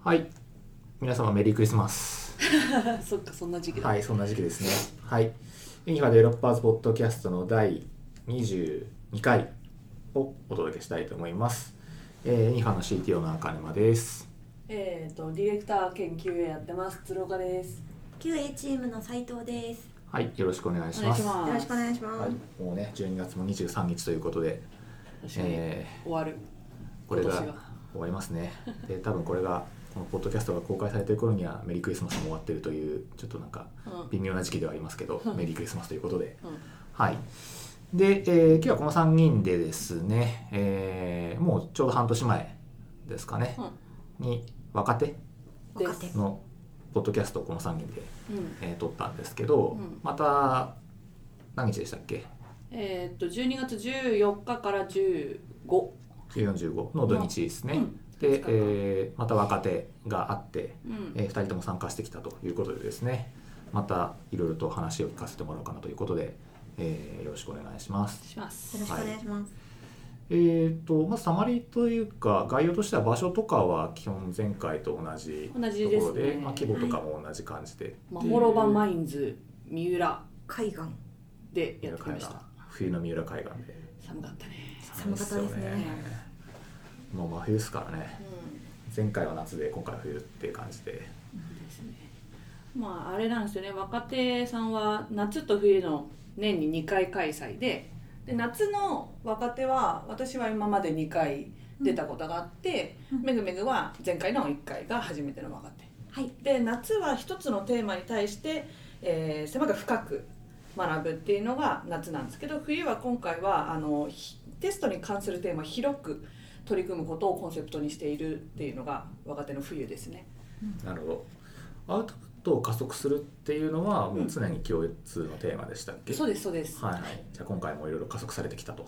はい、皆様メリークリスマス。 そっか、そんな時期だ。 はい、そんな時期ですね。はい、ユニファデベロッパーズポッドキャストの第22回をお届けしたいと思います。ユニファの CTO の赤沼です。 ディレクター兼 QA やってます鶴岡です。 QA チームの斉藤です。 はい、よろしくお願いします。 よろしくお願いします。 はい、もうね、12月も23日ということで、 終わる。 これが終わりますね。で、多分これがこのポッドキャストが公開されている頃にはメリークリスマスも終わっているというちょっとなんか微妙な時期ではありますけど、メリークリスマスということで、はい。で、今日はこの3人でですね、もうちょうど半年前ですかね、に若手のポッドキャストをこの3人で、撮ったんですけど、また何日でしたっけ ？12月14日から15、 14、15の土日ですね。で、また若手があって、2人とも参加してきたということでですね、またいろいろと話を聞かせてもらおうかなということで、よろしくお願いします。 よろしくお願いします。 まずサマリーというか概要としては場所とかは基本前回と同じところで、規模とかも同じ感じで、 諸場マインズ三浦海岸でやってきました。 冬の三浦海岸で寒かったね。 寒かったですね。 もう真冬ですからね、前回は夏で今回は冬っていう感じで、 ですね。まああれなんですよね、若手さんは夏と冬の年に2回開催で、夏の若手は私は今まで2回出たことがあって、めぐめぐは前回の1回が初めての若手、はい、で夏は一つのテーマに対して、狭く深く学ぶっていうのが夏なんですけど、冬は今回はテストに関するテーマを広く取り組むことをコンセプトにしているっていうのが若手の冬ですね。 なるほど。アウトプットを加速するっていうのはもう常に共通のテーマでしたっけ？ そうですそうです。 はいはい。じゃあ今回もいろいろ加速されてきたと。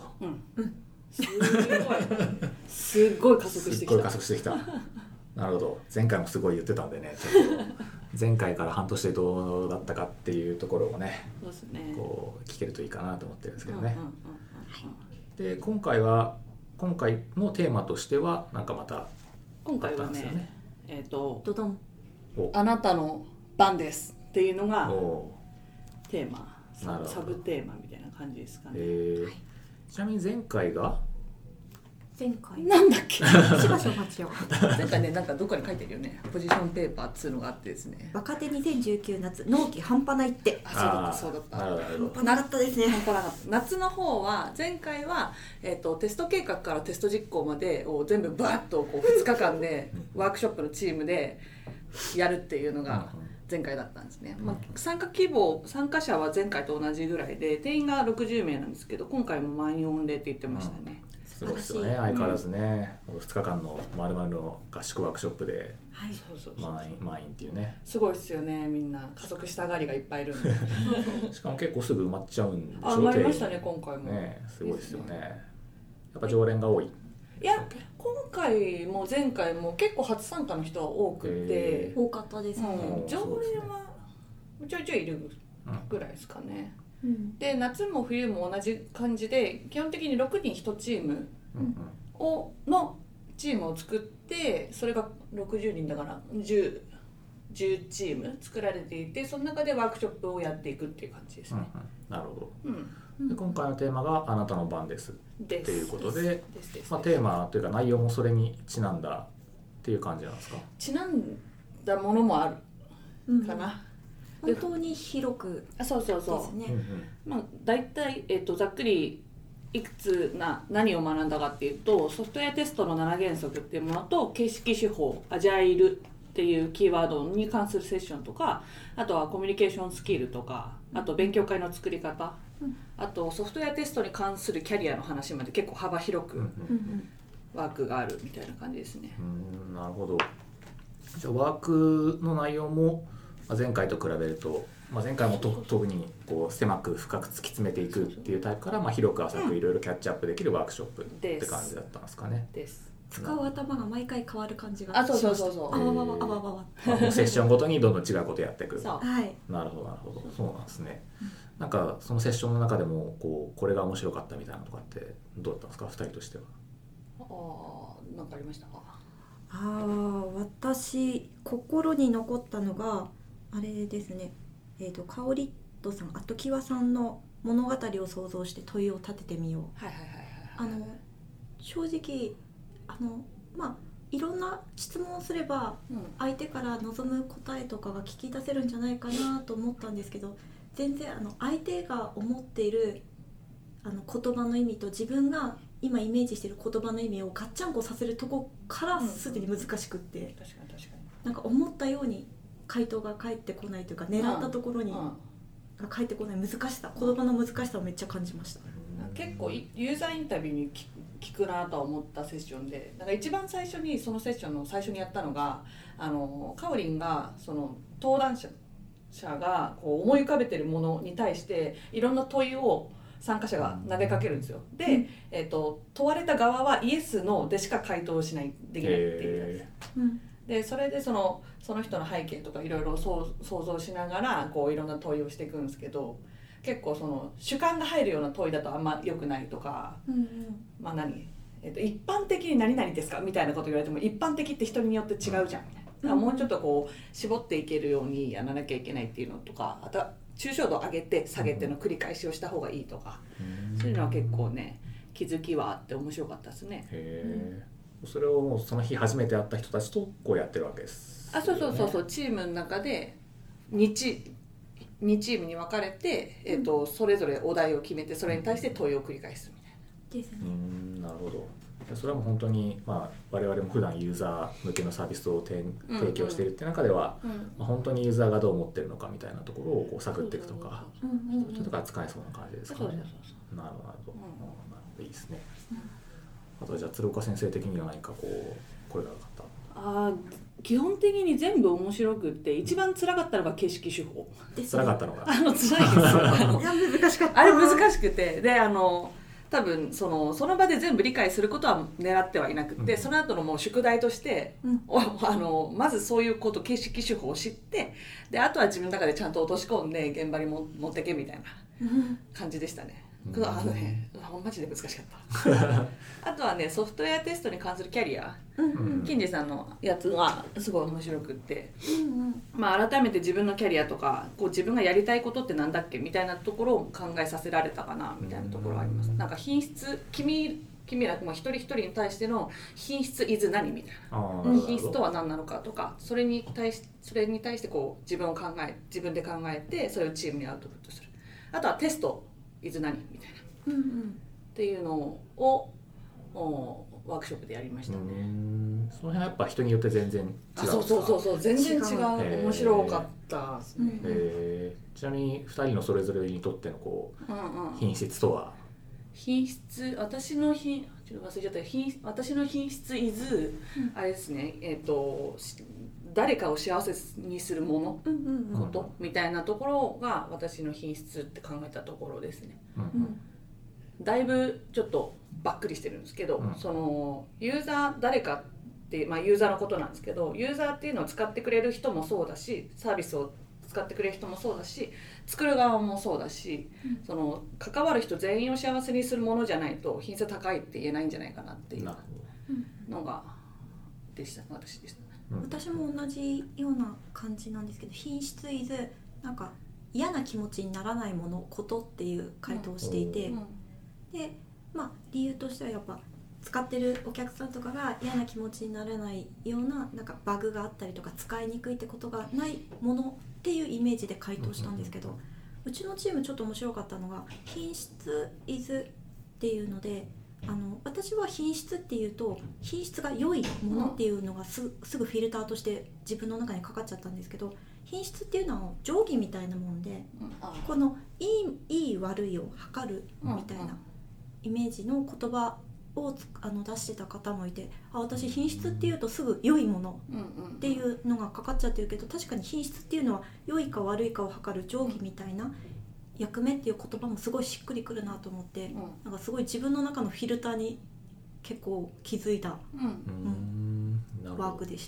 すごい加速してきた。 すごい加速してきた。なるほど。前回もすごい言ってたんでね、ちょっと前回から半年でどうだったかっていうところをね、 そうですね、 こう聞けるといいかなと思ってるんですけどね。で、今回のテーマとしてはなんかまた今回はね、 ドドン、 あなたの番ですっていうのがテーマ、サブテーマみたいな感じですかね。 ちなみに前回なんだっけ前回ね、なんかどっかに書いてるよね、ポジションペーパーっていうのがあってですね、 若手2019夏納期半端ないって。 そうだった半端なかったですね。 夏の方は前回は、テスト計画からテスト実行までを全部バーッとこう2日間でワークショップのチームでやるっていうのが前回だったんですね。参加者は前回と同じぐらいで定員が60名なんですけど、今回も満員御礼って言ってましたね。 すごいですよね、相変わらずね、2日間の丸々の合宿ワークショップで満員っていうね、 すごいですよね。みんな加速したがりがいっぱいいるんでしかも結構すぐ埋まっちゃうんでしょ。 埋まりましたね今回もね。すごいですよね。やっぱ常連が多い。 いや、今回も前回も結構初参加の人は多くて、 多かったですね。 常連はちょいちょいいるぐらいですかね。で、夏も冬も同じ感じで、基本的に6人1チームのチームを作って、それが60人だから10チーム作られていて、その中でワークショップをやっていくっていう感じですね。 なるほど。で、今回のテーマがあなたの番ですっていうことで、テーマというか内容もそれにちなんだっていう感じなんですか？ ちなんだものもあるかな。 本当に広くそうですね。だいたいざっくりいくつ何を学んだかっていうと、ソフトウェアテストの7原則っていうものと形式手法アジャイルっていうキーワードに関するセッションとか、あとはコミュニケーションスキルとか、あと勉強会の作り方、あとソフトウェアテストに関するキャリアの話まで結構幅広くワークがあるみたいな感じですね。 なるほど。じゃあワークの内容も前回と比べると、前回も特にこう狭く深く突き詰めていくっていうタイプから、広く浅くいろいろキャッチアップできるワークショップって感じだったんですかね。 使う頭が毎回変わる感じがしました。 そうセッションごとにどんどん違うことやっていく。 そう、 なるほどそうなんですね。なんかそのセッションの中でもこれが面白かったみたいなのとかってどうだったんですか、2人としては。 なんかありましたか？ 私心に残ったのがあれですね、カオリットさん、あときわさんの物語を想像して問いを立ててみよう。正直いろんな質問をすれば相手から望む答えとかが聞き出せるんじゃないかなと思ったんですけど、全然相手が思っている言葉の意味と自分が今イメージしている言葉の意味をガッチャンコさせるとこからすでに難しくって、なんか思ったように回答が返ってこないというか、狙ったところに返ってこない難しさ、言葉の難しさをめっちゃ感じました。 結構ユーザーインタビューに聞くなとは思ったセッションで、なんか一番最初にそのセッションの最初にやったのがカオリンがその登壇者がこう思い浮かべてるものに対していろんな問いを参加者が投げかけるんですよ。で、問われた側はイエス・ノーでしか回答しないできないっていうやつ、でそれでその人の背景とかいろいろ想像しながらこういろんな問いをしていくんですけど、結構その主観が入るような問いだとあんま良くないとか、一般的に何々ですかみたいなこと言われても、一般的って人によって違うじゃんみたいな、だからもうちょっとこう絞っていけるようにやらなきゃいけないっていうのとか、あとは抽象度を上げて下げての繰り返しをした方がいいとか、そういうのは結構ね気づきはあって面白かったですね。 それをもうその日初めて会った人たちとこうやってるわけです、ね。 そうチームの中で2チームに分かれて、それぞれお題を決めてそれに対して問いを繰り返すみたいな。 ですね。 なるほど。それはもう本当に、我々も普段ユーザー向けのサービスを提供しているっていう中では、本当にユーザーがどう思ってるのかみたいなところをこう探っていくとか、そういうところが使えそうな感じですかね。なるほど、いいですね。あとはじゃあ鶴岡先生的には何かこれが良かった。 基本的に全部面白くって、一番辛かったのが景色手法。 辛かったのが辛いですよ。難しかった。あれ難しくて、で多分その場で全部理解することは狙ってはいなくて、その後のもう宿題として、まずそういうこと景色手法を知って、であとは自分の中でちゃんと落とし込んで現場に持ってけみたいな感じでしたね。マジで難しかったあとはね、ソフトウェアテストに関するキャリア、金次さんのやつがすごい面白くって、改めて自分のキャリアとかこう自分がやりたいことってなんだっけみたいなところを考えさせられたかなみたいなところはあります。なんか品質、君ら一人一人に対しての品質 is 何みたいな、品質とは何なのかとか、それに対してこう自分で考えてそれをチームにアウトプットする。あとはテストis 何みたいな、っていうのをワークショップでやりましたね。 その辺はやっぱ人によって全然違うんですか？ そう全然違う。面白かったですね。 ちなみに2人のそれぞれにとってのこう、品質とは？ 品質、私の品質 is、あれですね、誰かを幸せにするもの、ことみたいなところが私の品質って考えたところですね。だいぶちょっとばっくりしてるんですけど、そのユーザー誰かって、ユーザーのことなんですけど、ユーザーっていうのを使ってくれる人もそうだし、サービスを使ってくれる人もそうだし、作る側もそうだし、その関わる人全員を幸せにするものじゃないと品質高いって言えないんじゃないかなっていうのが私でしたね。 私も同じような感じなんですけど、品質 is なんか嫌な気持ちにならないもの、ことっていう回答をしていて、で理由としてはやっぱ使ってるお客さんとかが嫌な気持ちにならないような、なんかバグがあったりとか使いにくいってことがないものっていうイメージで回答したんですけど、うちのチームちょっと面白かったのが品質 is っていうので、私は品質っていうと品質が良いものっていうのがすぐフィルターとして自分の中にかかっちゃったんですけど、品質っていうのは定規みたいなもんで、このいい悪いを測るみたいなイメージの言葉を出してた方もいて、私品質っていうとすぐ良いものっていうのがかかっちゃってるけど、確かに品質っていうのは良いか悪いかを測る定規みたいな役目っていう言葉もすごいしっくりくるなと思って、なんかすごい自分の中のフィルターに結構気づいた、ワークでした。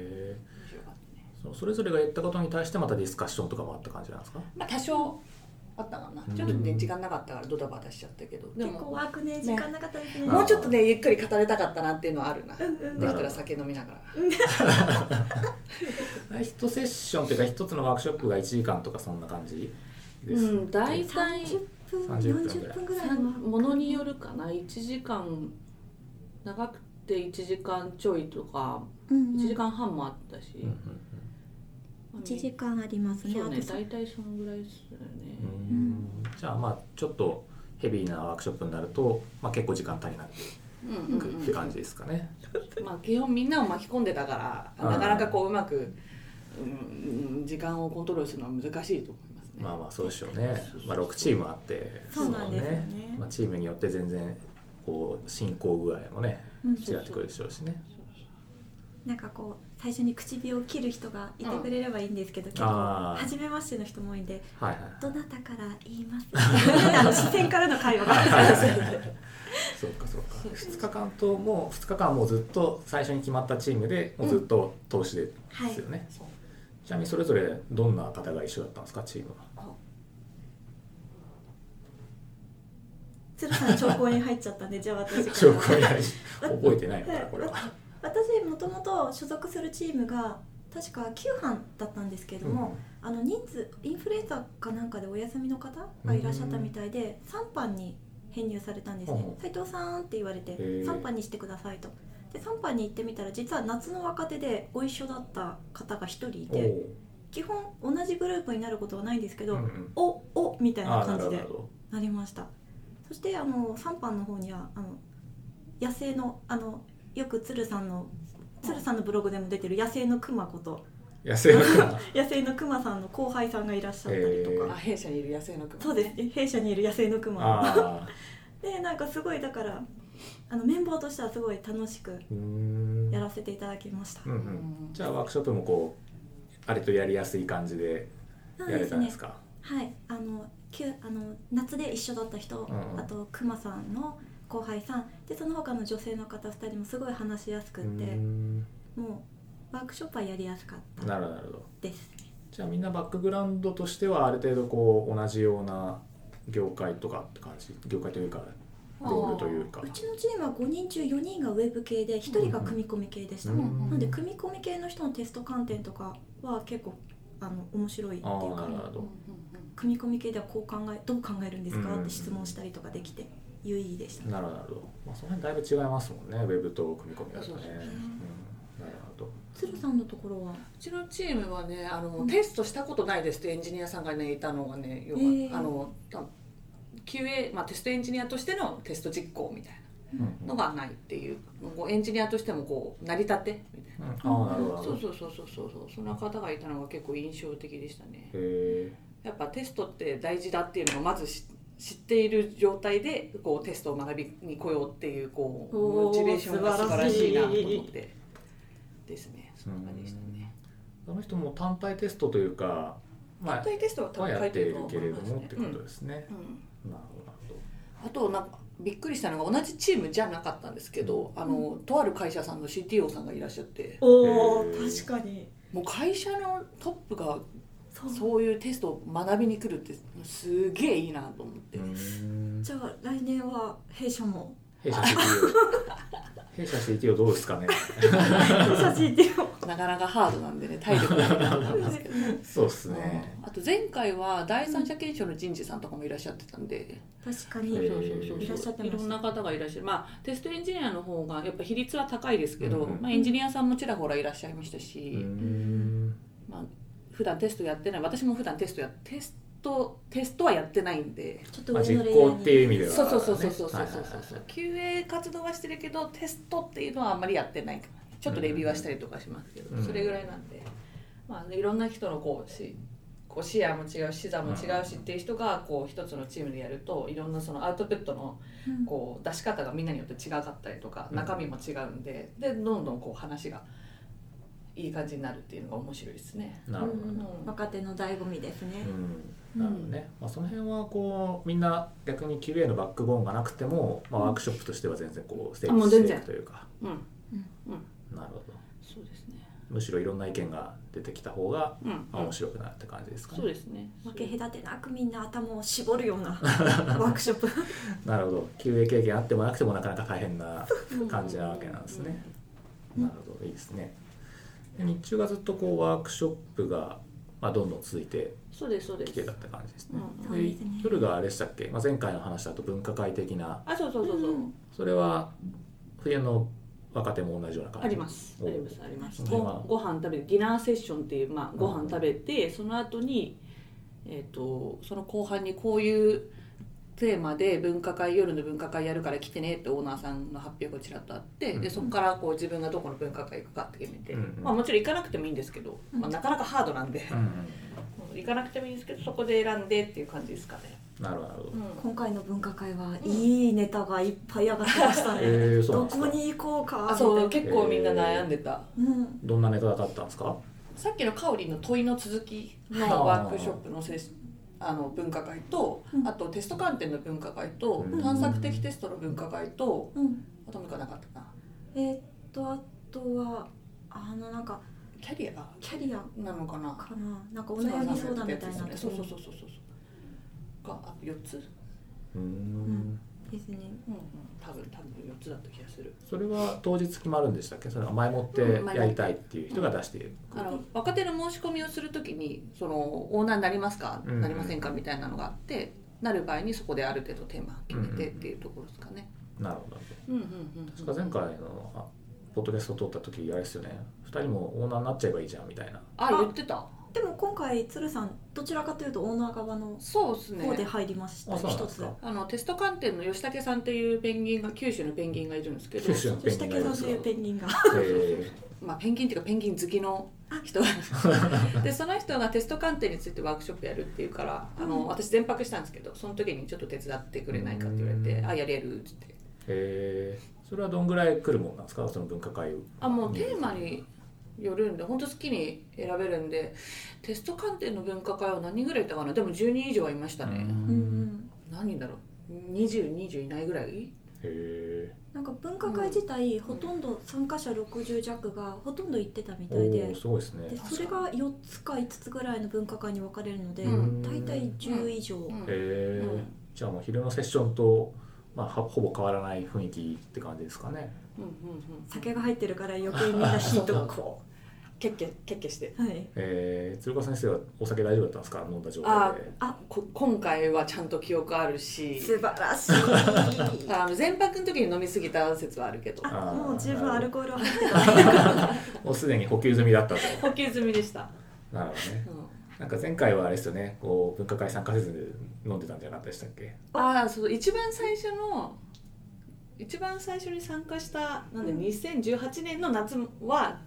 それぞれが言ったことに対してまたディスカッションとかもあった感じなんですか？ 多少あったかな。ちょっとね時間なかったからドタバタしちゃったけど、 結構ワークね時間なかったですね。 もうちょっとねゆっくり語れたかったなっていうのはあるな。できたら酒飲みながら1セッションというか1つのワークショップが1時間とかそんな感じです。 大体 30分40分ぐらいのものによるかな。1時間長くて1時間ちょいとか、1時間半もあったし、 1時間ありますね。 そうね、大体そのぐらいですよね。 じゃあまあちょっとヘビーなワークショップになると、まあ、結構時間足りなくって感じですかね。 まあ基本みんなを巻き込んでたからなかなかこううまく、時間をコントロールするのは難しいと思いますね。 まあまあそうでしょうね。まあ6チームあってそうなんですよね。 まあ、チームによって全然こう進行具合もね、違ってくるでしょうしね。 なんかこう最初に唇を切る人がいてくれればいいんですけど、結構初めましての人も多いんで、どなたから言います視線からの会話がそうか2日間とも2日間はもうずっと最初に決まったチームでもうずっと投資ですよね。ちなみにそれぞれどんな方が一緒だったんですか、チームは。 鶴さん兆候に入っちゃったんで、じゃあ私兆候に入覚えてないのかなこれは。 私もともと所属するチームが確か9班だったんですけども、人数インフルエンザかなんかでお休みの方がいらっしゃったみたいで3班に編入されたんですね。斉藤さんって言われて3班にしてくださいと。で3班に行ってみたら実は夏の若手でご一緒だった方が1人いて、基本同じグループになることはないんですけど、おみたいな感じでなりました。そして3班の方には野生のよく鶴さんのブログでも出てる野生のクマこと野生のクマさんの後輩さんがいらっしゃったりとか、 弊社にいる野生のクマ、 そうです、弊社にいる野生のクマで、なんかすごいだからメンバーとしてはすごい楽しくやらせていただきました。 じゃあワークショップもこうあれとやりやすい感じでやれたんですか。 はい、夏で一緒だった人、あとクマさんの後輩さんで、その他の女性の方2人もすごい話しやすくって、もうワークショップはやりやすかったです。 なるほど。じゃあみんなバックグラウンドとしてはある程度こう同じような業界とかって感じ、業界というかロールというか。 うちのチームは5人中4人がウェブ系で1人が組み込み系でした。なので組み込み系の人のテスト観点とかは結構面白いっていうか、組み込み系ではどう考えるんですかって質問したりとかできて有意義でした。 なるほど。まあ、その辺だいぶ違いますもんね、ウェブと組み込みだとね。なるほど。 鶴さんのところは、 うちのチームはねテストしたことないですってエンジニアさんがねいたのがね、要はQA、テストエンジニアとしてのテスト実行みたいなのがないっていう、エンジニアとしてもこう成り立てみたいな、そうそんな方がいたのが結構印象的でしたね。やっぱテストって大事だっていうのをまず知っている状態でこうテストを学びに来ようっていうこうモチベーションが素晴らしいなと思ってですね。そんな感じでしたね。 その人も単体テストというか、 単体テストはやっているけれどもってことですね。なるほど。 あとなんかびっくりしたのが同じチームじゃなかったんですけど、とある会社さんの CTO さんがいらっしゃって、 確かにもう会社のトップがそういうテストを学びに来るってすげえいいなと思って。 じゃあ来年は弊社も弊社 CTO どうですかね。 弊社 CTO なかなかハードなんでね、体力がいるんですけどそうですね。 あと前回は第三者検証の人事さんとかもいらっしゃってたんで、 確かにいらっしゃってました。 いろんな方がいらっしゃる。テストエンジニアの方がやっぱ比率は高いですけど、エンジニアさんもちらほらいらっしゃいましたし、普段テストやってない、私も普段テストはやってないんで、 ちょっと上のレイヤーに実行っていう意味では、 そう QA 活動はしてるけどテストっていうのはあんまりやってないかな。ちょっとレビューはしたりとかしますけど、それぐらいなんで、いろんな人のこう視野も違うし視座も違うしっていう人がこう一つのチームでやると、いろんなそのアウトプットのこう出し方がみんなによって違かったりとか、中身も違うんで、どんどんこう話がいい感じになるっていうのが面白いですね。 なるほど。若手の醍醐味ですね。 なるほどね。その辺はこうみんな逆に QA のバックボーンがなくても、ワークショップとしては全然こう成立していくというか。なるほど。 そうですね。 むしろいろんな意見が出てきた方が面白くなるって感じですかね。 そうですね。 分け隔てなくみんな頭を絞るようなワークショップなるほど。QA 経験あってもなくてもなかなか大変な感じなわけなんですね。なるほど、いいですね。で日中がずっとこうワークショップがどんどん続いてきてたって感じですね。で夜があれでしたっけ、前回の話だと文化会的な。 そう、 それは冬の若手も同じような感じ。 あります。ご飯食べてディナーセッションっていう、ご飯食べて、その後にその後半にこういうテーマで夜の文化会やるから来てねってオーナーさんの発表がちらっとあって、でそこからこう自分がどこの文化会行くかって決めて、もちろん行かなくてもいいんですけど、なかなかハードなんで、行かなくてもいいんですけど、そこで選んでっていう感じですかね。 なるほど、 今回の文化会はいいネタがいっぱい上がってましたね。どこに行こうか。 そう結構みんな悩んでた。 どんなネタだったんですか？ さっきのかおりの問いの続きのワークショップの文化会と、あとテスト観点の文化会と、探索的テストの文化会と、あと何かなかったな。 あとはなんかキャリアなのかな。 なんかお悩み相談みたいな。 そうがあと4つですね。 多分4つだった気がする。 それは当日決まるんでしたっけ？それは前もってやりたいっていう人が出している。 若手の申し込みをするときにそのオーナーになりますか、なりませんかみたいなのがあって、なる場合にそこである程度テーマ決めてっていうところですかね。 なるほど。確か前回のポッドキャストを撮った時あれですよね。2人もオーナーになっちゃえばいいじゃんみたいな。 言ってた。 でも今回鶴さんどちらかというとオーナー側の方で入りました。一つテスト観点の吉武さんっていうペンギンが、九州のペンギンがいるんですけど、 吉武さんというペンギンがペンギンっていうかペンギン好きの人で、その人がテスト観点についてワークショップやるっていうから、私全泊したんですけど、その時にちょっと手伝ってくれないかって言われて、やれるって言って。 それはどんぐらい来るもんなんですか？その文化会もうテーマによるんで、本当好きに選べるんで、テスト観点の文化会は何人ぐらいいたかな。でも10人以上はいましたね。何人だろう、20いないぐらい。 なんか文化会自体、ほとんど参加者60弱がほとんど行ってたみたいで、 すごいですね。 でそれが4つか5つぐらいの文化会に分かれるので、大体10以上。 じゃあもう昼のセッションとほぼ変わらない雰囲気って感じですかね。 酒が入ってるから余計みんなヒートがこうケッケして。 鶴岡先生はお酒大丈夫だったんですか？飲んだ状態で。 今回はちゃんと記憶あるし、 素晴らしい。 前泊の時に飲み過ぎた説はあるけど、 もう十分アルコールは入ってた。 もうすでに補給済みだったと。 補給済みでした。 なるほどね。なんか前回はあれですよね、こう文化会参加せず飲んでたんじゃなかったでしたっけ？ そう、一番最初に参加した2018年の夏は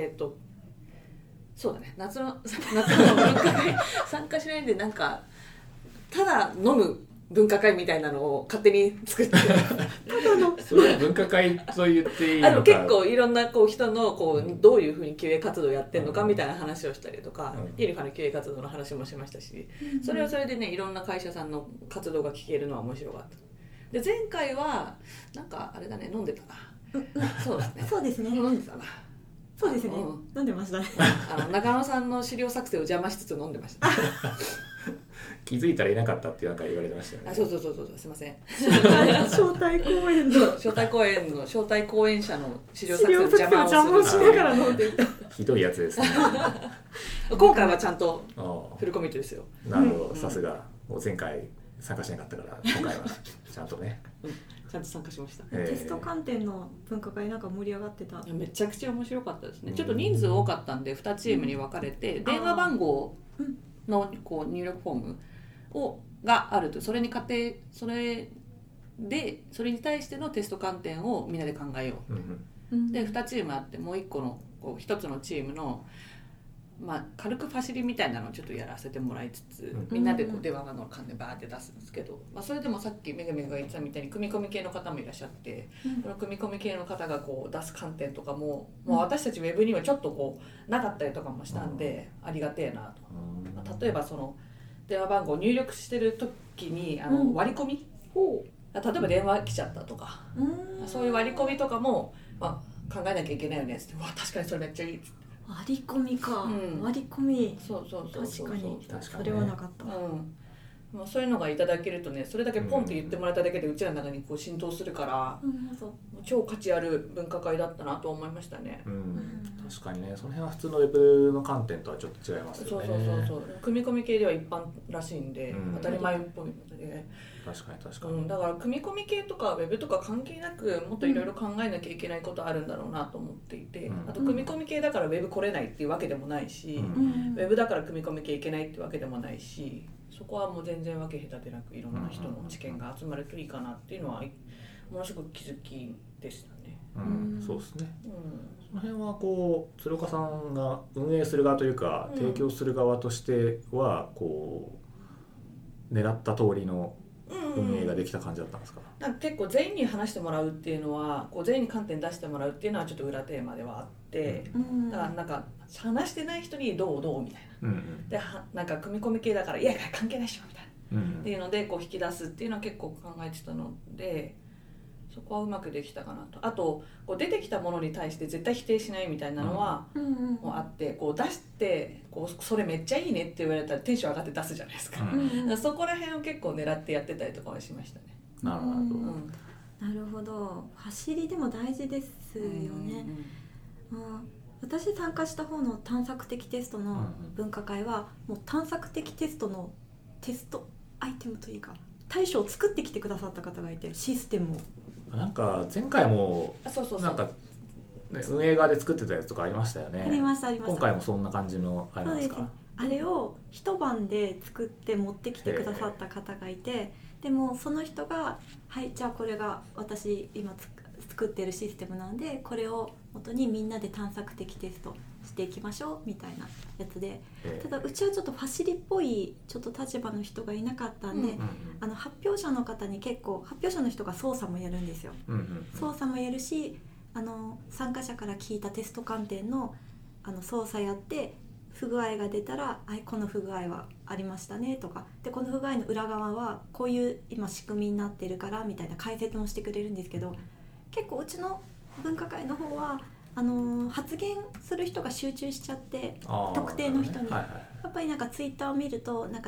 そうだね、夏の文化会参加しないで、なんかただ飲む文化会みたいなのを勝手に作ってそれは文化会と言っていいのか。 結構いろんな人のどういうふうに QA 活動やってるのかみたいな話をしたりとか、ユニファの QA 活動の話もしましたし、それはそれでね、いろんな会社さんの活動が聞けるのは面白かった。で前回はなんかあれだね、飲んでたな。そうですね。 そうですね。 飲んでたな。 そうですね。飲んでましたね。 中野さんの資料作成を邪魔しつつ飲んでました。 気づいたらいなかったってなんか言われてましたよね。 そうすいません。 招待公演の招待公演者の資料作成を邪魔をしながら飲んでいた。 ひどいやつですね。 今回はちゃんとフルコミットですよ。 なるほど、さすが。前回参加しなかったから今回はちゃんとね。 ちゃんと参加しました。 テスト観点の文化会なんか盛り上がってた。 めちゃくちゃ面白かったですね。ちょっと人数多かったんで2チームに分かれて、電話番号の入力フォームがあると、それに対してのテスト観点をみんなで考えよう。で2チームあって、もう1個の1つのチームの軽くファシリみたいなのをちょっとやらせてもらいつつ、みんなで電話番号の間でバーって出すんですけど、それでもさっきめぐめぐが言ってたみたいに組み込み系の方もいらっしゃって、その組み込み系の方が出す観点とかも、私たちウェブにはちょっとなかったりとかもしたんで、ありがてえなと。例えばその電話番号を入力してる時に割り込み、例えば電話来ちゃったとか、そういう割り込みとかも、考えなきゃいけないよねって、確かにそれめっちゃいいっつって。 割り込みか、割り込み、確かにそれはなかった、 もうそういうのがいただけるとね、それだけポンって言ってもらっただけでうちらの中にこう浸透するから、超価値ある分科会だったなと思いましたね。 確かにね、その辺は普通のウェブの観点とはちょっと違いますよね。 そう組み込み系では一般らしいんで、当たり前っぽいので、 確かに、 だから組み込み系とかウェブとか関係なくもっといろいろ考えなきゃいけないことあるんだろうなと思っていて、あと組み込み系だからウェブ来れないっていうわけでもないし、ウェブだから組み込み系いけないっていうわけでもないし、そこはもう全然分け隔てなくいろんな人の知見が集まるといいかなっていうのはものすごく気づきでしたね。 そうですね、その辺はこう鶴岡さんが運営する側というか、提供する側としてはこう狙った通りの運営ができた感じだったんですか？ なんか結構全員に話してもらうっていうのは、こう全員に観点出してもらうっていうのはちょっと裏テーマではあって、だからなんか話してない人にどうみたいな、でなんか組み込み系だからいや関係ないっしょみたいな、っていうのでこう引き出すっていうのは結構考えてたので、そこはうまくできたかなと。あとこう出てきたものに対して絶対否定しないみたいなのはもうあって、こう出してこうそれめっちゃいいねって言われたらテンション上がって出すじゃないですか、だからそこら辺を結構狙ってやってたりとかはしましたね。 なるほど、 なるほど。走りでも大事ですよね。私参加した方の探索的テストの分科会はもう探索的テストのテストアイテムというか対象を作ってきてくださった方がいて、システムをなんか前回もなんか運営側で作ってたやつとかありましたよね。 ありました。 今回もそんな感じのあれなんですか？ あれを一晩で作って持ってきてくださった方がいて、でもその人がはいじゃあこれが私今作ってるシステムなんで、これを元にみんなで探索的テストしていきましょうみたいなやつで、ただうちはちょっとファシリっぽいちょっと立場の人がいなかったんで、発表者の方に結構発表者の人が操作もやるんですよ、操作もやるし、参加者から聞いたテスト観点の操作やって、不具合が出たらこの不具合はありましたねとかで、この不具合の裏側はこういう今仕組みになってるからみたいな解説もしてくれるんですけど、結構うちの分科会の方は発言する人が集中しちゃって、特定の人に、やっぱりなんかツイッターを見るとなんか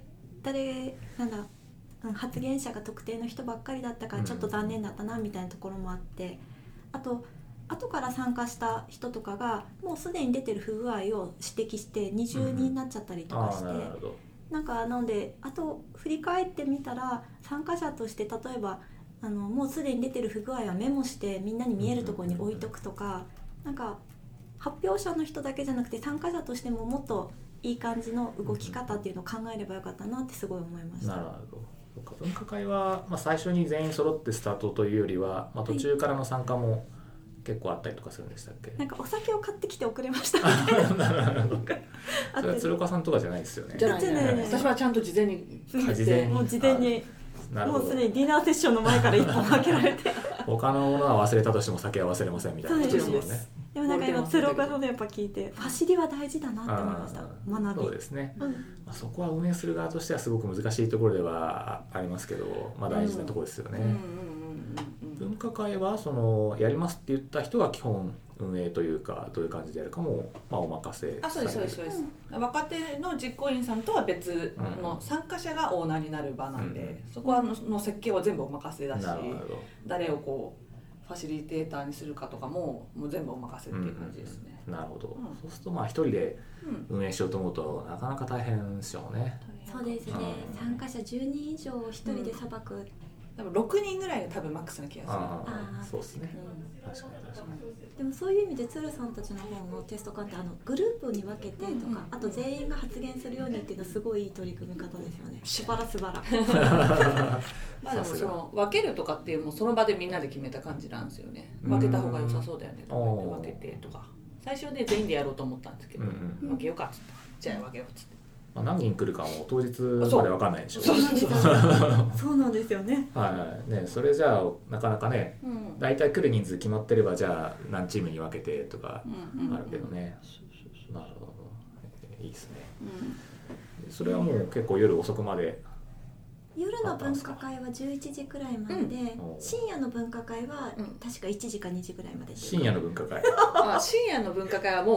発言者が特定の人ばっかりだったからちょっと残念だったなみたいなところもあって、あと後から参加した人とかがもうすでに出てる不具合を指摘して二重になっちゃったりとかして、なんかなのであと振り返ってみたら参加者として例えばもうすでに出てる不具合はメモしてみんなに見えるところに置いとくとか、なんか発表者の人だけじゃなくて参加者としてももっといい感じの動き方っていうのを考えればよかったなってすごい思いました。 なるほど。分科会は、最初に全員揃ってスタートというよりは、途中からの参加も結構あったりとかするんでしたっけ？ なんかお酒を買ってきて遅れましたみたいなそれは鶴岡さんとかじゃないですよね。 じゃないね。私はちゃんと事前にもう事前にもうすでにディナーセッションの前から一本開けられて他のものは忘れたとしても酒は忘れませんみたいなことですもんね。 でもなんか今鶴岡さんのやっぱ聞いてファシリは大事だなって思いました。学び。 そうですね、そこは運営する側としてはすごく難しいところではありますけど、大事なところですよね。分科会はそのやりますって言った人が基本運営というかどういう感じでやるかもお任せされる。 そうです若手の実行委員さんとは別の参加者がオーナーになる場なんで、そこはの設計は全部お任せだし、誰をこうファシリテーターにするかとかもう全部お任せっていう感じですね。 なるほど、そうすると一人で運営しようと思うとなかなか大変ですよね。 そうですね、参加者10人以上を1人でさばく、 多分6人ぐらいが多分マックスな気がする。 そうですね、確かに。 でもそういう意味で鶴さんたちの方のテスト官ってグループに分けてとか、あと全員が発言するようにっていうのはすごいいい取り組み方ですよね。素晴らでもその分けるとかっていうもその場でみんなで決めた感じなんですよね。分けた方が良さそうだよねとか言って分けてとか、最初で全員でやろうと思ったんですけど、分けようかっつってじゃあ分けようっつって、 何人来るかも当日まで分かんないでしょ。 そうなんですよね。 ね、それじゃあなかなかね、大体来る人数決まってればじゃあ何チームに分けてとかあるけどね。なるほど、いいですね。それはもう結構夜遅くまで。 夜の分科会は11時くらいまでで、深夜の分科会は確か1時か2時くらいまで。 深夜の分科会深夜の分科会はも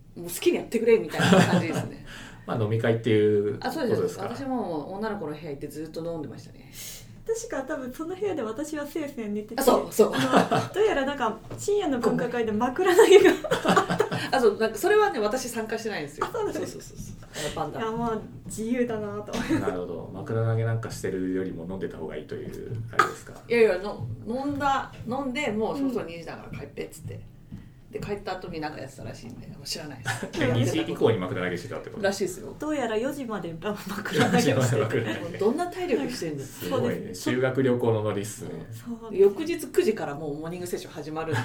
もう好きにやってくれみたいな感じですねまあ飲み会っていうことそうですか。 私も女の子の部屋行ってずっと飲んでましたね。 確か多分その部屋で私は聖戦寝てて、 そうどうやらなんか深夜の文化会で枕投げがそうなんかそれはね私参加してないんですよ。そうパンダ。 いやまあ自由だなとなるほど。枕投げなんかしてるよりも飲んでた方がいいというあれですか。 いや飲んでもうそろそろ2時だから帰ってっつって、で帰った後に何かやってたらしいんで知らないです。 2時以降に枕投げしてたってことらしいですよ。 どうやら4時まで枕投げをしててどんな体力してるんですすごいね。修学旅行のノリっすね。 翌日9時からもうモーニングセッション始まるんで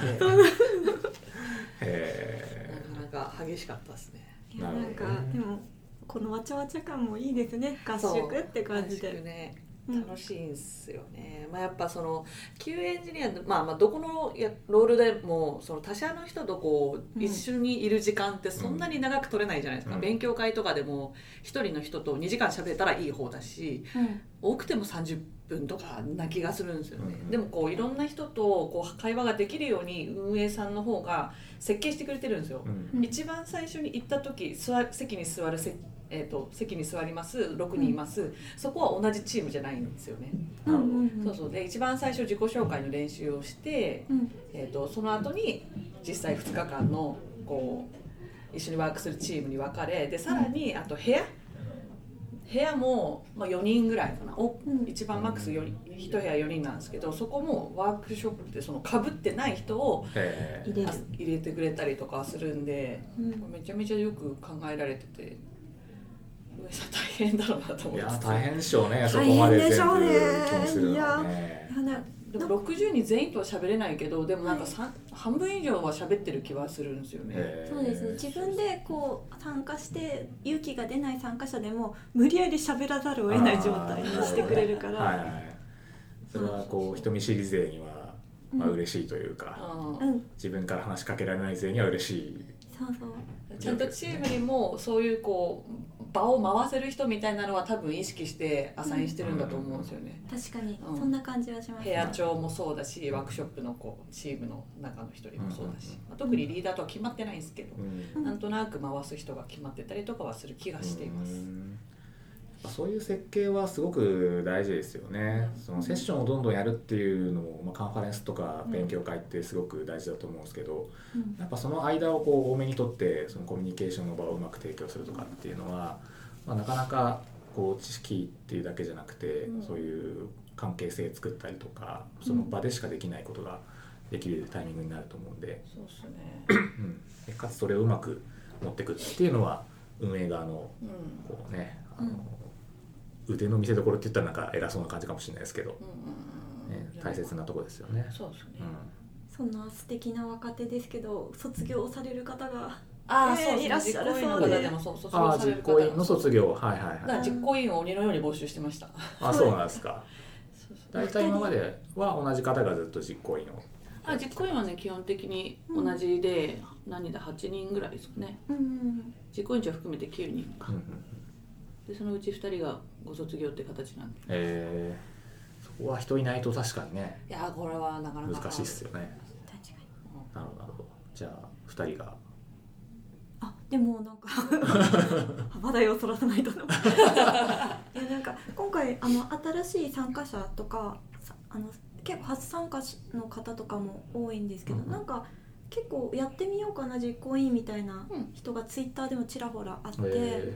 なかなか激しかったですね。 いやなんかでもこのわちゃわちゃ感もいいですね。合宿って感じで、 ね、楽しいんですよね。まあ、やっぱその QA エンジニア、まあどこのロールでもその他社の人とこう一緒にいる時間ってそんなに長く取れないじゃないですか。勉強会とかでも一人の人と2時間喋れたらいい方だし、多くても30分とかな気がするんですよね。でもこういろんな人とこう会話ができるように運営さんの方が設計してくれてるんですよ。一番最初に行った時席に座る席に座ります6人います、そこは同じチームじゃないんですよね。そうで一番最初自己紹介の練習をして、その後に実際2日間のこう一緒にワークするチームに分かれで、さらにあと部屋も、まあ、4人ぐらいかな、一番マックス1部屋4人なんですけど、そこもワークショップでその被ってない人を入れてくれたりとかするんで、めちゃめちゃよく考えられてて、上さん大変だろうなと思って。 いや大変でしょうね。そこまで全部気にするのはね。 でも60人全員とは喋れないけど、でもなんか半分以上は喋ってる気はするんですよね。 そうですね。自分でこう参加して勇気が出ない参加者でも無理やり喋らざるを得ない状態にしてくれるから、 それはこう人見知り勢にはまあ嬉しいというか、自分から話しかけられない勢には嬉しい。 そうちゃんとチームにもそういうこう場を回せる人みたいなのは多分意識してアサインしてるんだと思うんですよね。 確かに、そんな感じはします。 部屋長もそうだし、ワークショップのこうチームの中の一人もそうだし、特にリーダーとは決まってないんですけど、なんとなく回す人が決まってたりとかはする気がしています。 そういう設計はすごく大事ですよね。そのセッションをどんどんやるっていうのも、カンファレンスとか勉強会ってすごく大事だと思うんですけど、やっぱその間をこう多めにとってそのコミュニケーションの場をうまく提供するとかっていうのは、なかなかこう知識っていうだけじゃなくて、そういう関係性作ったりとか、その場でしかできないことができるタイミングになると思うんで、 そうですね。 かつそれをうまく持っていくっていうのは運営側のこうね、腕の見せ所って言ったらなんか偉そうな感じかもしれないですけど、大切なところですよね。 そうですね。 そんな素敵な若手ですけど、卒業される方がいらっしゃるそうで、 実行委員の卒業、 実行委員を鬼のように募集してました。 そうなんですか。大体今までは同じ方がずっと実行委員を。 実行委員はね基本的に同じで、何だ8人ぐらいですかね。実行委員長含めて9人か。でそのうち2人がご卒業って形なんで。 そこは人いないと確かにね。 いやこれはなかなか難しいっすよね。 確かに。 なるほど。じゃあ2人が。 でもなんか話題をそらさないといやなんか今回新しい参加者とか結構初参加の方とかも多いんですけど、なんか結構やってみようかな実行委員みたいな人がツイッターでもちらほらあって、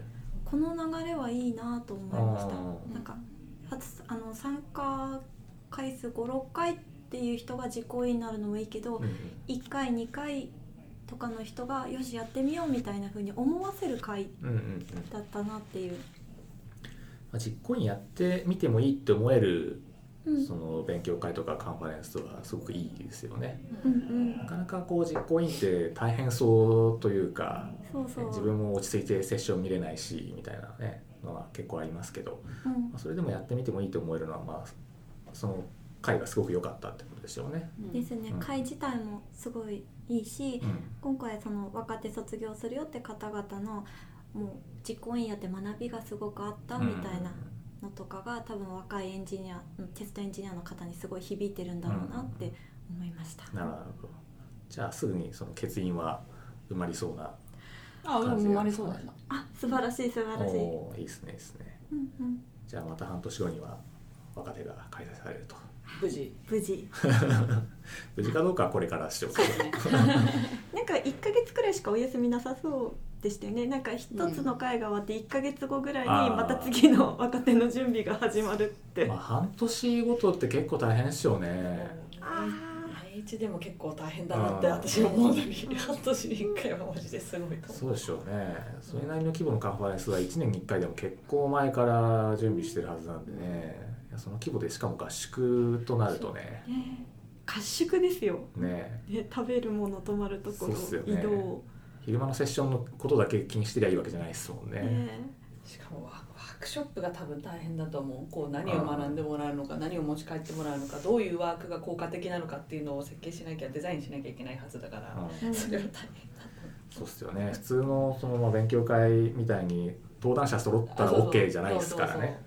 この流れはいいなと思いました。なんか参加回数 5,6 回っていう人が実行委員になるのもいいけど、1回2回とかの人がよしやってみようみたいな風に思わせる会だったなっていう。 実行委員やってみてもいいって思える、その勉強会とかカンファレンスはすごくいいですよね。なかなかこう実行委員って大変そうというか、自分も落ち着いてセッション見れないしみたいなねのは結構ありますけど、それでもやってみてもいいと思えるのはその会がすごく良かったってことですよね。 ですね。会自体もすごいいいし、今回その若手卒業するよって方々のもう実行委員やって学びがすごくあったみたいなのとかが多分若いエンジニア、テストエンジニアの方にすごい響いてるんだろうなって思いました。 なるほど。じゃあすぐにその欠員は埋まりそうな。 感じで。 ありそうだな。 あ、素晴らしい素晴らしい。 おいいですねいいですね。じゃあまた半年後には若手が開催されると。 無事無事無事かどうかはこれからしておく。 なんか1ヶ月くらいしかお休みなさそうでしたよね。なんか一つの会が終わって1ヶ月後ぐらいにまた次の若手の準備が始まるって。 まあ半年ごとって結構大変ですよね。 毎日でも結構大変だなって私は思うのに、半年に1回はマジですごいと思う。 そうでしょうね。それなりの規模のカンファレンスは1年に1回でも結構前から準備してるはずなんでね。その規模でしかも合宿となるとね。 合宿ですよ。 ね、 食べるもの、泊まるところ、移動。 昼間のセッションのことだけ気にしてりゃいいわけじゃないですもんね。 しかもワークショップが多分大変だと思う。こう何を学んでもらうのか、何を持ち帰ってもらうのか、どういうワークが効果的なのかっていうのを設計しなきゃ、デザインしなきゃいけないはずだから、それは大変だと思う。 そうですよね。普通のその勉強会みたいに登壇者揃ったら OK じゃないですからね。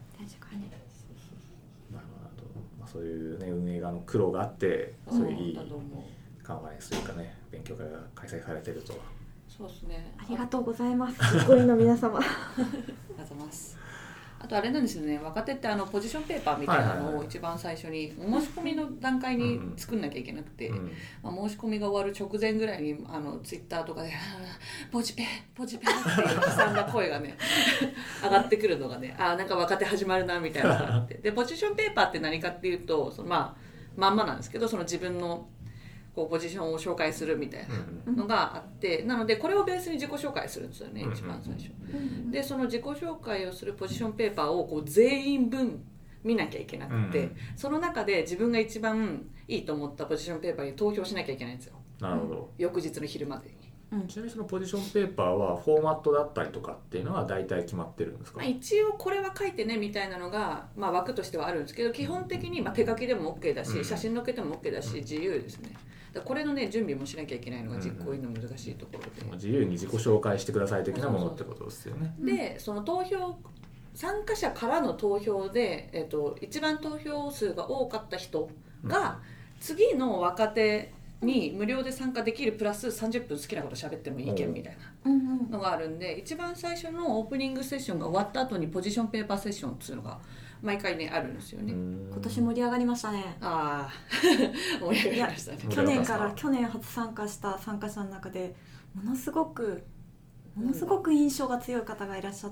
そういうね運営側の苦労があって、そういういいカンファレンスというかね勉強会が開催されてると。 そうですね。 ありがとうございます。ご縁の皆様。 ありがとうございます。あとあれなんですよね。若手ってポジションペーパーみたいなのを一番最初にお申し込みの段階に作んなきゃいけなくて、まあ、申し込みが終わる直前ぐらいにツイッターとかでポジペっていう悲惨な声がね上がってくるのがね、なんか若手始まるなみたいなのがあって、でポジションペーパーって何かっていうとまんまなんですけど、その自分のこうポジションを紹介するみたいなのがあって、なのでこれをベースに自己紹介するんですよね、一番最初で。その自己紹介をするポジションペーパーをこう全員分見なきゃいけなくて、その中で自分が一番いいと思ったポジションペーパーに投票しなきゃいけないんですよ。 なるほど。 翌日の昼までに。 ちなみにそのポジションペーパーはフォーマットだったりとかっていうのは大体決まってるんですか？ 一応これは書いてねみたいなのが、枠としてはあるんですけど、基本的に手書きでも OK だし、写真載っけても OK だし、自由ですね。だこれのね準備もしなきゃいけないのが実行委員の難しいところで、 自由に自己紹介してください的なものってことですよね。 でその投票参加者からの投票で、一番投票数が多かった人が次の若手に無料で参加できるプラス30分好きなこと喋ってもいいけんみたいなのがあるんで、一番最初のオープニングセッションが終わった後にポジションペーパーセッションっていうのが毎回ねあるんですよね。 今年盛り上がりましたね。 盛り上がりましたね。 去年初参加した参加者の中でものすごく印象が強い方がいらっしゃって、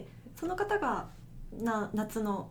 その方が夏の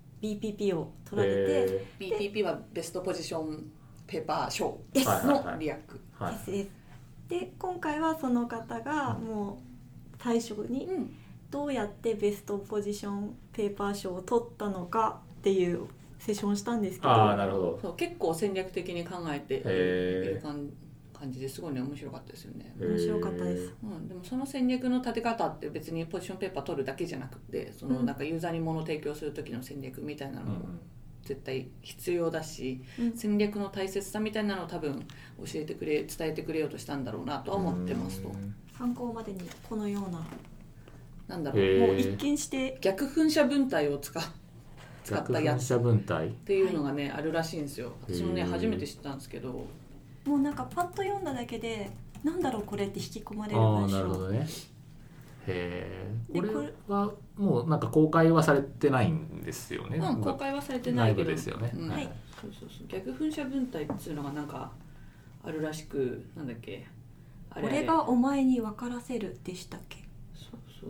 BPP を取られて、 BPP はベストポジションペーパー賞のリアクです。で今回はその方がもう最初にどうやってベストポジションペーパー賞を取ったのかっていうセッションをしたんですけど、 なるほど。 そう結構戦略的に考えている感じですごいね面白かったですよね。 面白かったです。 でもその戦略の立て方って別にポジションペーパー取るだけじゃなくて、そのなんかユーザーに物を提供する時の戦略みたいなのも絶対必要だし、戦略の大切さみたいなのを多分伝えてくれようとしたんだろうなとは思ってますと。 参考までにこのようななんだろう、 もう一見して逆噴射分体を使ったやつっていうのがね、あるらしいんですよ。私もね初めて知ったんですけど、 もうなんかパッと読んだだけでなんだろうこれって引き込まれる文章。 なるほどね。これはもうなんか公開はされてないんですよね。 公開はされてないけど、 内部ですよね。 はい。そう逆噴射分体っていうのがなんかあるらしく、なんだっけ。 俺がお前に分からせるでしたっけ。 そう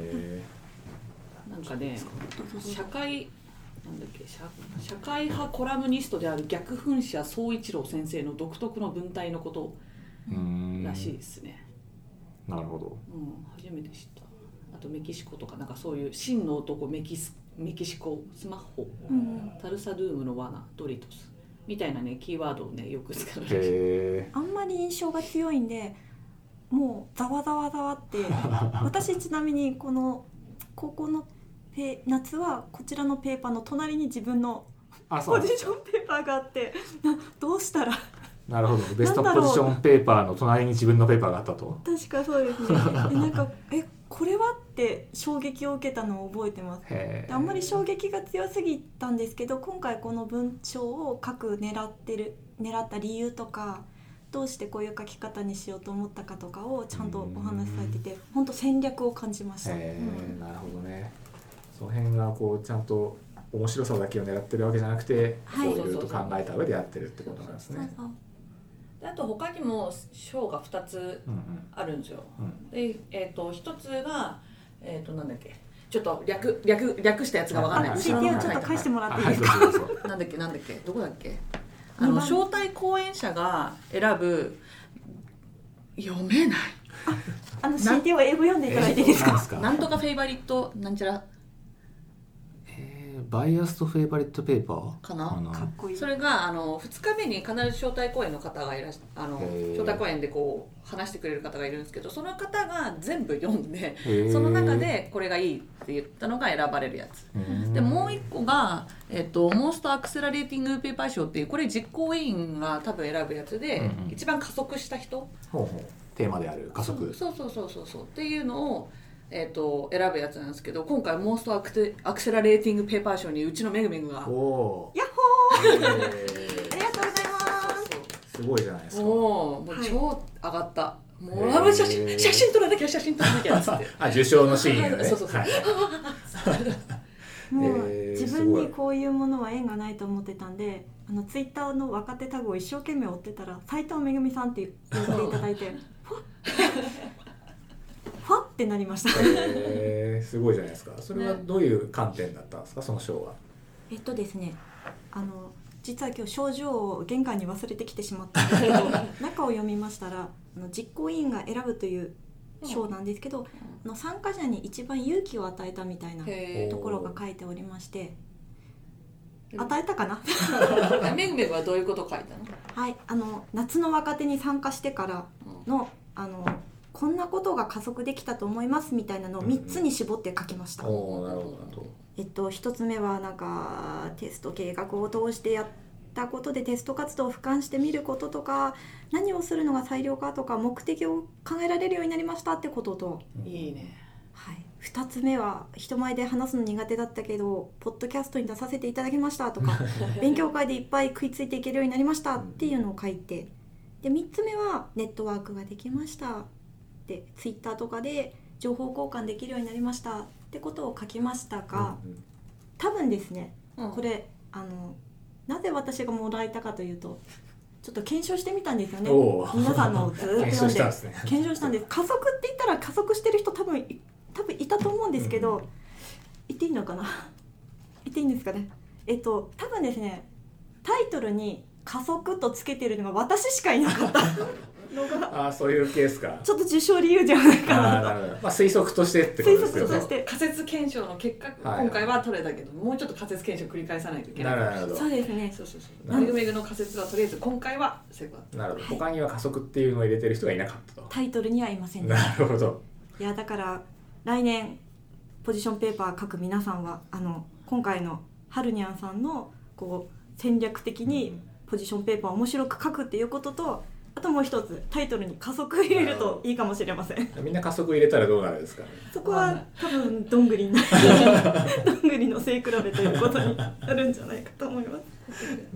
なんかね、社会派コラムニストである逆噴射宗一郎先生の独特の文体のことらしいですね。 なるほど。 初めて知った。あとメキシコとかなんかそういう真の男メキシコスマホ、タルサドゥームの罠ドリトスみたいなねキーワードをねよく使うらしい。 あんまり印象が強いんでもうざわざわざわって私ちなみにこの高校の夏はこちらのペーパーの隣に自分のポジションペーパーがあってどうしたらなるほど。ベストポジションペーパーの隣に自分のペーパーがあったと。 確かそうですね。なんかこれはって衝撃を受けたのを覚えてます。あんまり衝撃が強すぎたんですけど、今回この文章を狙った理由とかどうしてこういう書き方にしようと思ったかとかをちゃんとお話しされてて、本当戦略を感じました。 なるほどね。その辺がこうちゃんと面白さだけを狙ってるわけじゃなくて、こういろいろと考えた上でやってるってことなんですね。 であと他にも章が2つあるんですよ。で1つがなんだっけ、ちょっと略したやつが分かんない。 後ろの方ちょっと返してもらっていいですか。 なんだっけどこだっけ。招待講演者が選ぶ、読めない。 CT を英語読んでいただいていいですか。 なんとかフェイバリットなんちゃら。 バイアストフェイバリットペーパーかな。 かっこいい。 それが2日目に必ず招待講演の方がいらっしゃ招待講演でこう話してくれる方がいるんですけど、その方が全部読んで、その中でこれがいいって言ったのが選ばれるやつで、もう一個が、モーストアクセラレーティングペーパー賞っていう、これ実行委員が多分選ぶやつで、一番加速した人、 テーマである加速、 そうっていうのを選ぶやつなんですけど、今回モーストアクセラレーティングペーパー賞にうちのめぐめぐが、 ヤッホー、ありがとうございます。 すごいじゃないですか。 もう超上がった、もう写真撮らなきゃっつって受賞のシーンね。 もう自分にこういうものは縁がないと思ってたんで、ツイッターの若手タグを一生懸命追ってたら、斉藤めぐみさんって言っていただいてファってなりました。 すごいじゃないですか。それはどういう観点だったんですか、その賞は。 ですね、実は今日賞状を玄関に忘れてきてしまったんですけど中を読みましたら、実行委員が選ぶという賞なんですけど、参加者に一番勇気を与えたみたいなところが書いておりまして、与えたかな。 めぐめぐはどういうこと書いたの。 はい、夏の若手に参加してからの、こんなことが加速できたと思いますみたいなのを3つに絞って書きました。 なるほど。 1つ目はなんかテスト計画を通してやったことでテスト活動を俯瞰してみることとか、何をするのが最良かとか、目的を考えられるようになりましたってことと、 いいね。 はい、2つ目は人前で話すの苦手だったけどポッドキャストに出させていただきましたとか勉強会でいっぱい食いついていけるようになりましたっていうのを書いて、で3つ目はネットワークができましたで、ツイッターとかで情報交換できるようになりましたってことを書きましたが、多分ですね、これなぜ私がもらえたかというと、ちょっと検証してみたんですよね。皆さんのずっと読んで検証したんです。加速って言ったら加速してる人多分いたと思うんですけど、言っていいのかな、言っていいんですかね。多分ですね、タイトルに加速とつけてるのが私しかいなかったのがそういうケースか。 ちょっと受賞理由じゃないかなと。 推測としてってことですよね。 仮説検証の結果、今回は取れたけど、もうちょっと仮説検証繰り返さないといけない。 なるほど。 そうですね。 めぐめぐの仮説はとりあえず今回は成功だった。 なるほど。他には加速っていうのを入れてる人がいなかったと。 タイトルにはいませんね。 なるほど。 いやだから来年ポジションペーパー書く皆さんは今回のはるにゃんさんのこう戦略的にポジションペーパーを面白く書くっていうことと、あともう一つタイトルに加速入れるといいかもしれません。 みんな加速入れたらどうなるんですかね。 そこは多分どんぐりになるどんぐりの背比べということになるんじゃないかと思います。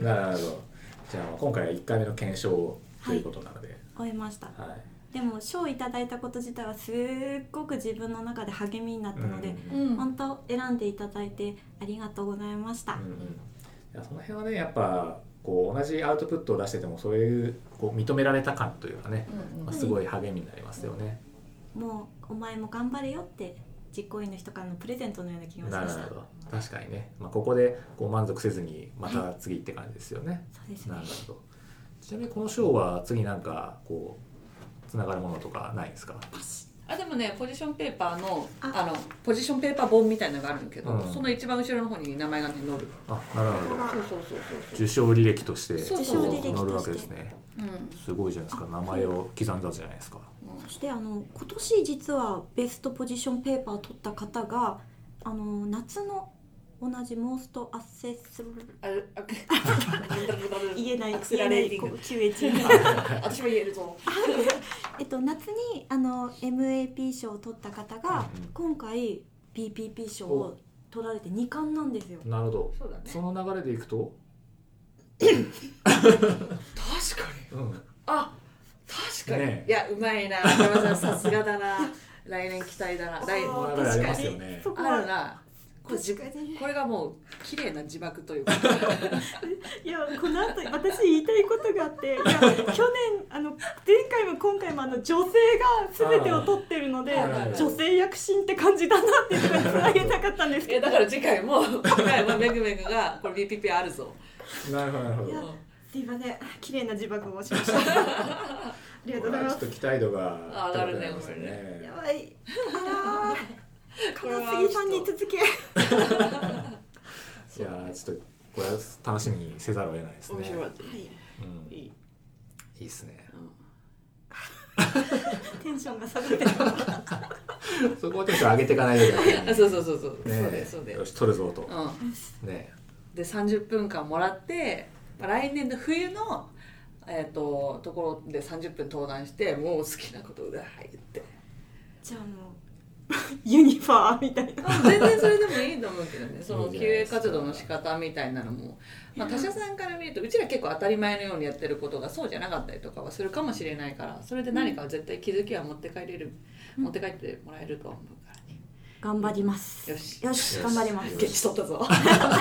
なるほど。じゃあ今回は1回目の検証ということなので、 終えました。でも賞をいただいたこと自体はすっごく自分の中で励みになったので、本当選んでいただいてありがとうございました。 いやその辺はね、やっぱこう同じアウトプットを出しててもそういうこう認められた感というかね、すごい励みになりますよね。 もうお前も頑張れよって実行委員の人からのプレゼントのような気がしました。 なるほど。確かにね、ここでこう満足せずにまた次って感じですよね。 そうですね。 なるほど。ちなみにこの賞は次なんかこうつながるものとかないですか。 でもね、ポジションペーパーのポジションペーパー本みたいなのがあるけど、その一番後ろの方に名前がね載る。 なるほど。 そう受賞履歴として受賞履歴載るわけですね。すごいじゃないですか。名前を刻んだじゃないですか。 そして今年実はベストポジションペーパーを取った方が夏の同じモーストアッセス言えない私も言えるぞ夏にMAP 賞を取った方が今回 PPP 賞を取られて2冠なんですよ。 なるほど。 そうだね。 その流れでいくと確かに、 かに、 ね、 いやうまいな山さんさすがだな来年期待だな来この流れありますよね。 あるなこれがもう綺麗な自爆というかいやこの後私言いたいことがあって、いや去年前回も今回も女性が全てを取ってるので女性躍進って感じだなっていうのにつなげたかったんですけどだから次回もめぐめぐがこれ BPP あるぞ。 なるほどなるほど。 すいません綺麗な自爆をしましたありがとうございます。 ちょっと期待度が上がるね高くなりますね。 やばい金杉さんに続けいやちょっとこれは楽しみにせざるを得ないですね。 面白かった、 はいいいですね、 テンションが下がってるそこをテンション上げていかないといけないそうそうね。 そうでよし取るぞと、 ねで30分間もらって来年の冬のところで30分登壇してもう好きなことで入ってじゃあもうユニファーみたいな全然それでもいいと思うけどねその QA 活動の仕方みたいなのも、他社さんから見るとうちら結構当たり前のようにやってることがそうじゃなかったりとかはするかもしれないからそれで何か絶対気づきは持って帰ってもらえると思うからね。 頑張ります。 よし頑張ります。 ゲッチ取ったぞ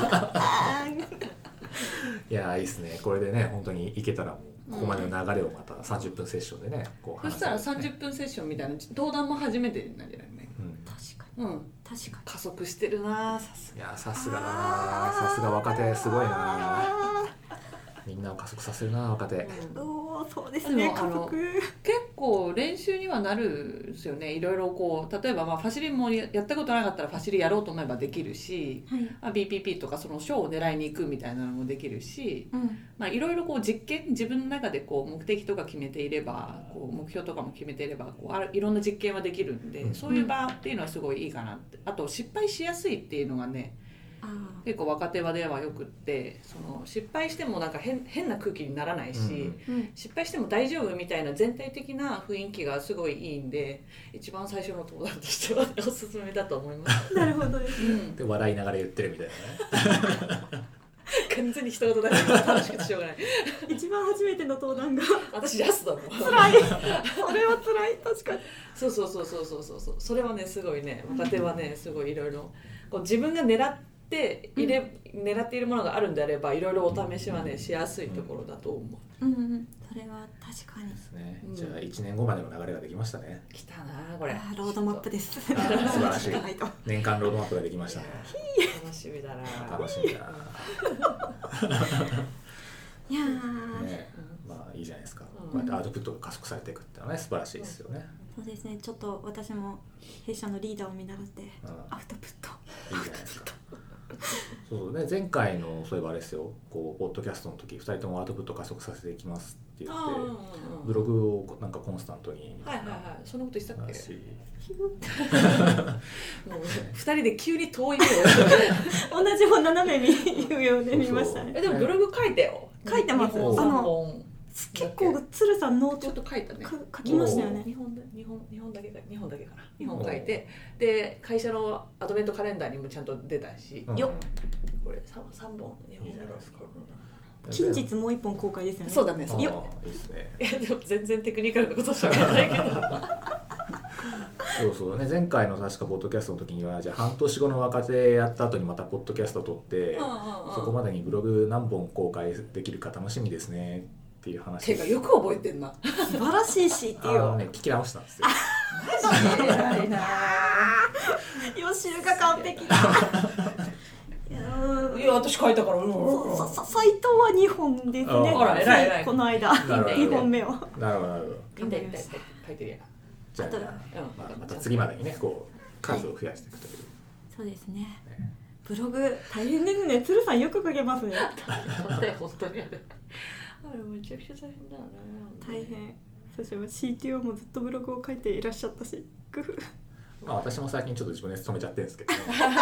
いやいいですね。これでね本当にいけたらもうここまでの流れをまた30分セッションでねこうそしたら30分セッションみたいな登壇も初めてなんじゃないのね。確かに加速してるなさすが。 いやさすがだなさすが若手すごいなみんなを加速させるな若手。 そうですね加速結構練習にはなるんですよね。いろいろこう例えばファシリもやったことなかったらファシリやろうと思えばできるし、BPP とかその賞を狙いに行くみたいなのもできるし、いろいろこう実験自分の中でこう目的とか決めていればこう目標とかも決めていればこういろんな実験はできるんで、そういう場っていうのはすごいいいかなって。あと失敗しやすいっていうのがね結構若手はではよくってその失敗してもなんか変な空気にならないし、失敗しても大丈夫みたいな全体的な雰囲気がすごいいいんで一番最初の登壇としてはおすすめだと思います。 なるほどですね、 で笑いながら言ってるみたいなね完全に人事だから楽しくてしょうがない一番初めての登壇が私ジャストだもん辛いそれは辛い確かにそうそれはねすごいね若手はねすごいいろいろ自分が狙っているものがあるんであればいろいろお試しはねしやすいところだと思う。 それは確かにですね。じゃあ1年後までの流れができましたね。 きたなこれ。 ロードマップです素晴らしい年間ロードマップができましたね。 楽しみだな楽しみだいやね、まあいいじゃないですか。こうやってアウトプットが加速されていくっていうのはね素晴らしいですよね。 そうですね。ちょっと私も弊社のリーダーを見習ってアウトプットいいじゃないですか。そうね、前回のそういえばあれですよ、こうポッドキャストの時2人ともアウトプット加速させていきますって言ってブログをなんかコンスタントにそんなこと言ってたっけもう 2人で急に遠い目を同じ本斜め言うようで見ましたね。 でもブログ書いてよ。 書いてます。結構鶴さんノートちょっと書いたね。 書きましたよね。 2本だけかな。2本書いて、で会社のアドベントカレンダーにもちゃんと出たし、これ3本2本ですか。 近日もう1本公開ですよね。 そうだね。 いいですね。 いやでも全然テクニカルなことしか言わないけど。 そうね、前回の確かポッドキャストの時にはじゃあ半年後の若手やった後にまたポッドキャストを撮ってそこまでにブログ何本公開できるか楽しみですねっていう話。 てかよく覚えてんな。 素晴らしいしってよ。 聞き直したんですよ。 マジで偉いな。 予習が完璧だ。 いや私書いたから。 サイトは2本ですね。 ほら偉い。 この間2本目を。 なるほど。 書いてるやん。 じゃあまた次までにねこう数を増やしていくという。 そうですね。ブログ大変ですね。鶴さんよく書けますね。 本当にあれめちゃくちゃ大変だよね。 大変。そして CTO もずっとブログを書いていらっしゃったし。 まあ私も最近ちょっと自分で勤めちゃってるんですけど、ね、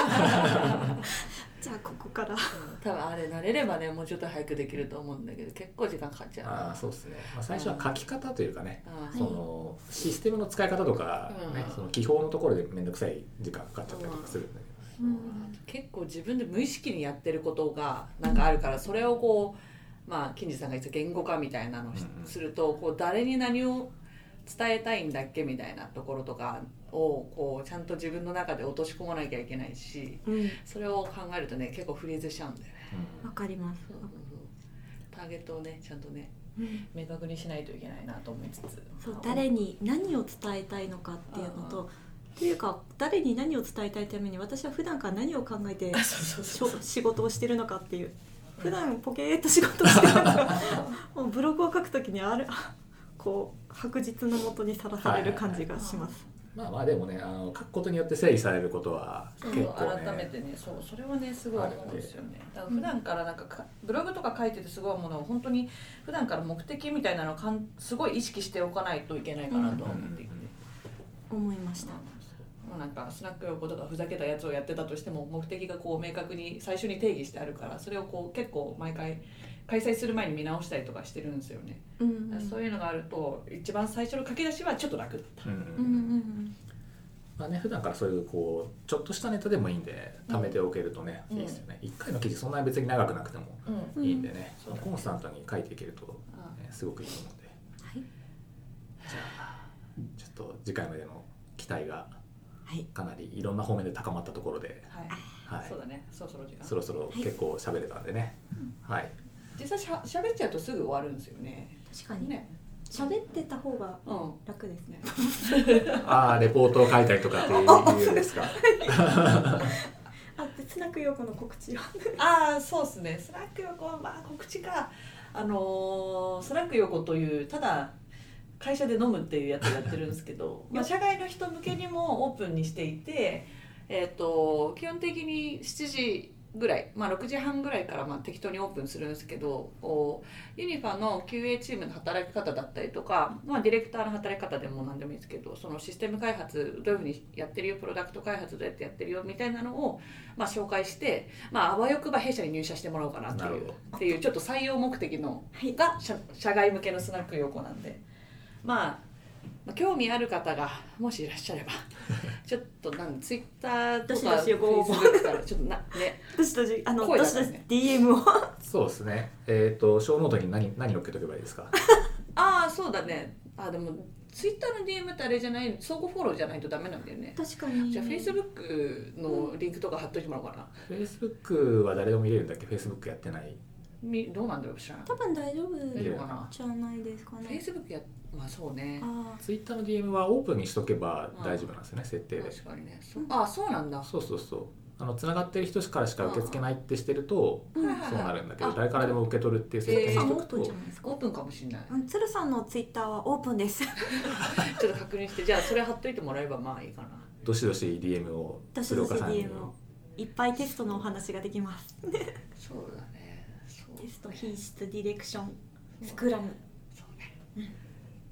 じゃあここから多分あれ慣れればねもうちょっと早くできると思うんだけど結構時間かかっちゃう。 そうですね、最初は書き方というかね、そのシステムの使い方とか、ねその基本のところで面倒くさい時間かかっちゃったりとかするんだけど、 結構自分で無意識にやってることがなんかあるからそれをこう金次さんが言ってた言語化みたいなのをするとこう誰に何を伝えたいんだっけみたいなところとかをこうちゃんと自分の中で落とし込まなきゃいけないし、それを考えるとね結構フリーズしちゃうんだよね。 わかります。 ターゲットをねちゃんとね明確にしないといけないなと思いつつ、 そう誰に何を伝えたいのかっていうのと、というか誰に何を伝えたいために私は普段から何を考えて仕事をしてるのかっていう、普段ポケーっと仕事をしてるのかもうブログを書くときにこう白日のもとにさらされる感じがします。 まあまあでもね書くことによって整理されることは結構ね改めてねそれはねすごい思うんですよね。だから普段からなんかブログとか書いててすごいものを本当に普段から目的みたいなのをすごい意識しておかないといけないかなと思っていて、 思いました。 なんかスナック横とかふざけたやつをやってたとしても目的がこう明確に最初に定義してあるから、それをこう結構毎回開催する前に見直したりとかしてるんですよね。そういうのがあると一番最初の書き出しはちょっと楽だった。 まあね、普段からそういうこうちょっとしたネタでもいいんで貯めておけるとね、いいですよね。1回の記事そんなに別に長くなくてもいいんでね、コンスタントに書いていけると、すごくいいと思うんで、じゃあちょっと次回までの期待がかなりいろんな方面で高まったところで、 そうだね、そろそろ時間そろそろ結構喋れたんでね、 実際喋っちゃうとすぐ終わるんですよね。 確かにね、喋ってた方が楽ですね。 レポートを書いたりとかっていう理由ですか。 スナック横の告知はそうですね。スナック横は告知か、スナック横というただ会社で飲むっていうやつをやってるんですけど社外の人向けにもオープンにしていて、基本的に7時ぐらい、6時半ぐらいから適当にオープンするんですけど、ユニファの QA チームの働き方だったりとか、ディレクターの働き方でも何でもいいですけど、そのシステム開発どういうふうにやってるよ、プロダクト開発どうやってやってるよみたいなのを、紹介して、あわよくば弊社に入社してもらおうかなっていうちょっと採用目的のが社外向けのスナック横なんで、興味ある方がもしいらっしゃればちょっとツイッターとかフェイスブックからちょっとどしどしDM をそうですね。ショーノートに何載っけとけばいいですか。 そうだね。でもツイッターの DM ってあれじゃない、相互フォローじゃないとダメなんだよね。 確かに。 じゃあフェイスブックのリンクとか貼っといてもらおうかな。 フェイスブックは誰でも見れるんだっけ。フェイスブックやってない。 どうなんだろう、知らない。 多分大丈夫じゃないですかね。 フェイスブックそうね。 ツイッターの DM はオープンにしとけば大丈夫なんですよね、設定で。 確かにね。そうなんだ。 そう繋がってる人からしか受け付けないってしてるとそうなるんだけど、誰からでも受け取るっていう設定にしとくとオープンかもしれない。 鶴さんのツイッターはオープンです。 ちょっと確認して、じゃあそれ貼っといてもらえばいいかな。 どしどし DM を鶴岡さんにいっぱいテストのお話ができます。 そうだね。 テスト、品質、ディレクション、スクラム。 そうね。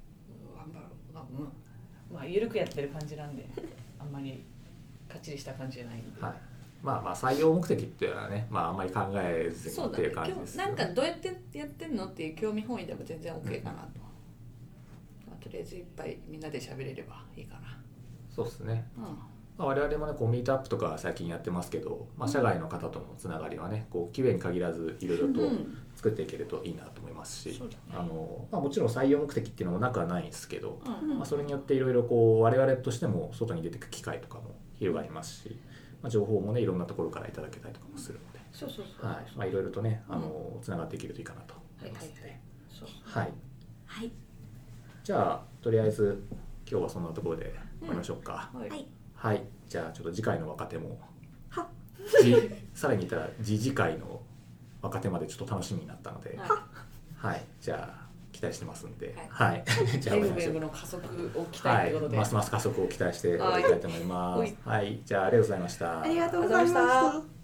緩くやってる感じなんで、あんまりかっちりした感じじゃないんで。 採用目的っていうのはね、あんまり考えずにっていう感じですよね。 なんかどうやってやってんのっていう興味本位でも全然 OK かなと。とりあえずいっぱいみんなで喋れればいいかな。 そうですね。我々もねミートアップとか最近やってますけど、社外の方とのつながりはねQAに限らずいろいろと作っていけるといいなと思いますし、もちろん採用目的っていうのもなくはないんですけど、それによっていろいろ我々としても外に出ていく機会とかも広がりますし、情報もねいろんなところからいただけたりとかもするので、いろいろとねつながっていけるといいかなと思いますね。はい。じゃあとりあえず今日はそんなところで終わりましょうか。はい、じゃあちょっと次回の若手もさらに言ったら次回の若手までちょっと楽しみになったので、じゃあ期待してますんで、 じゃあウェブの加速を期待ということで、 ますます加速を期待していきたいと思います。じゃあありがとうございました。 ありがとうございました。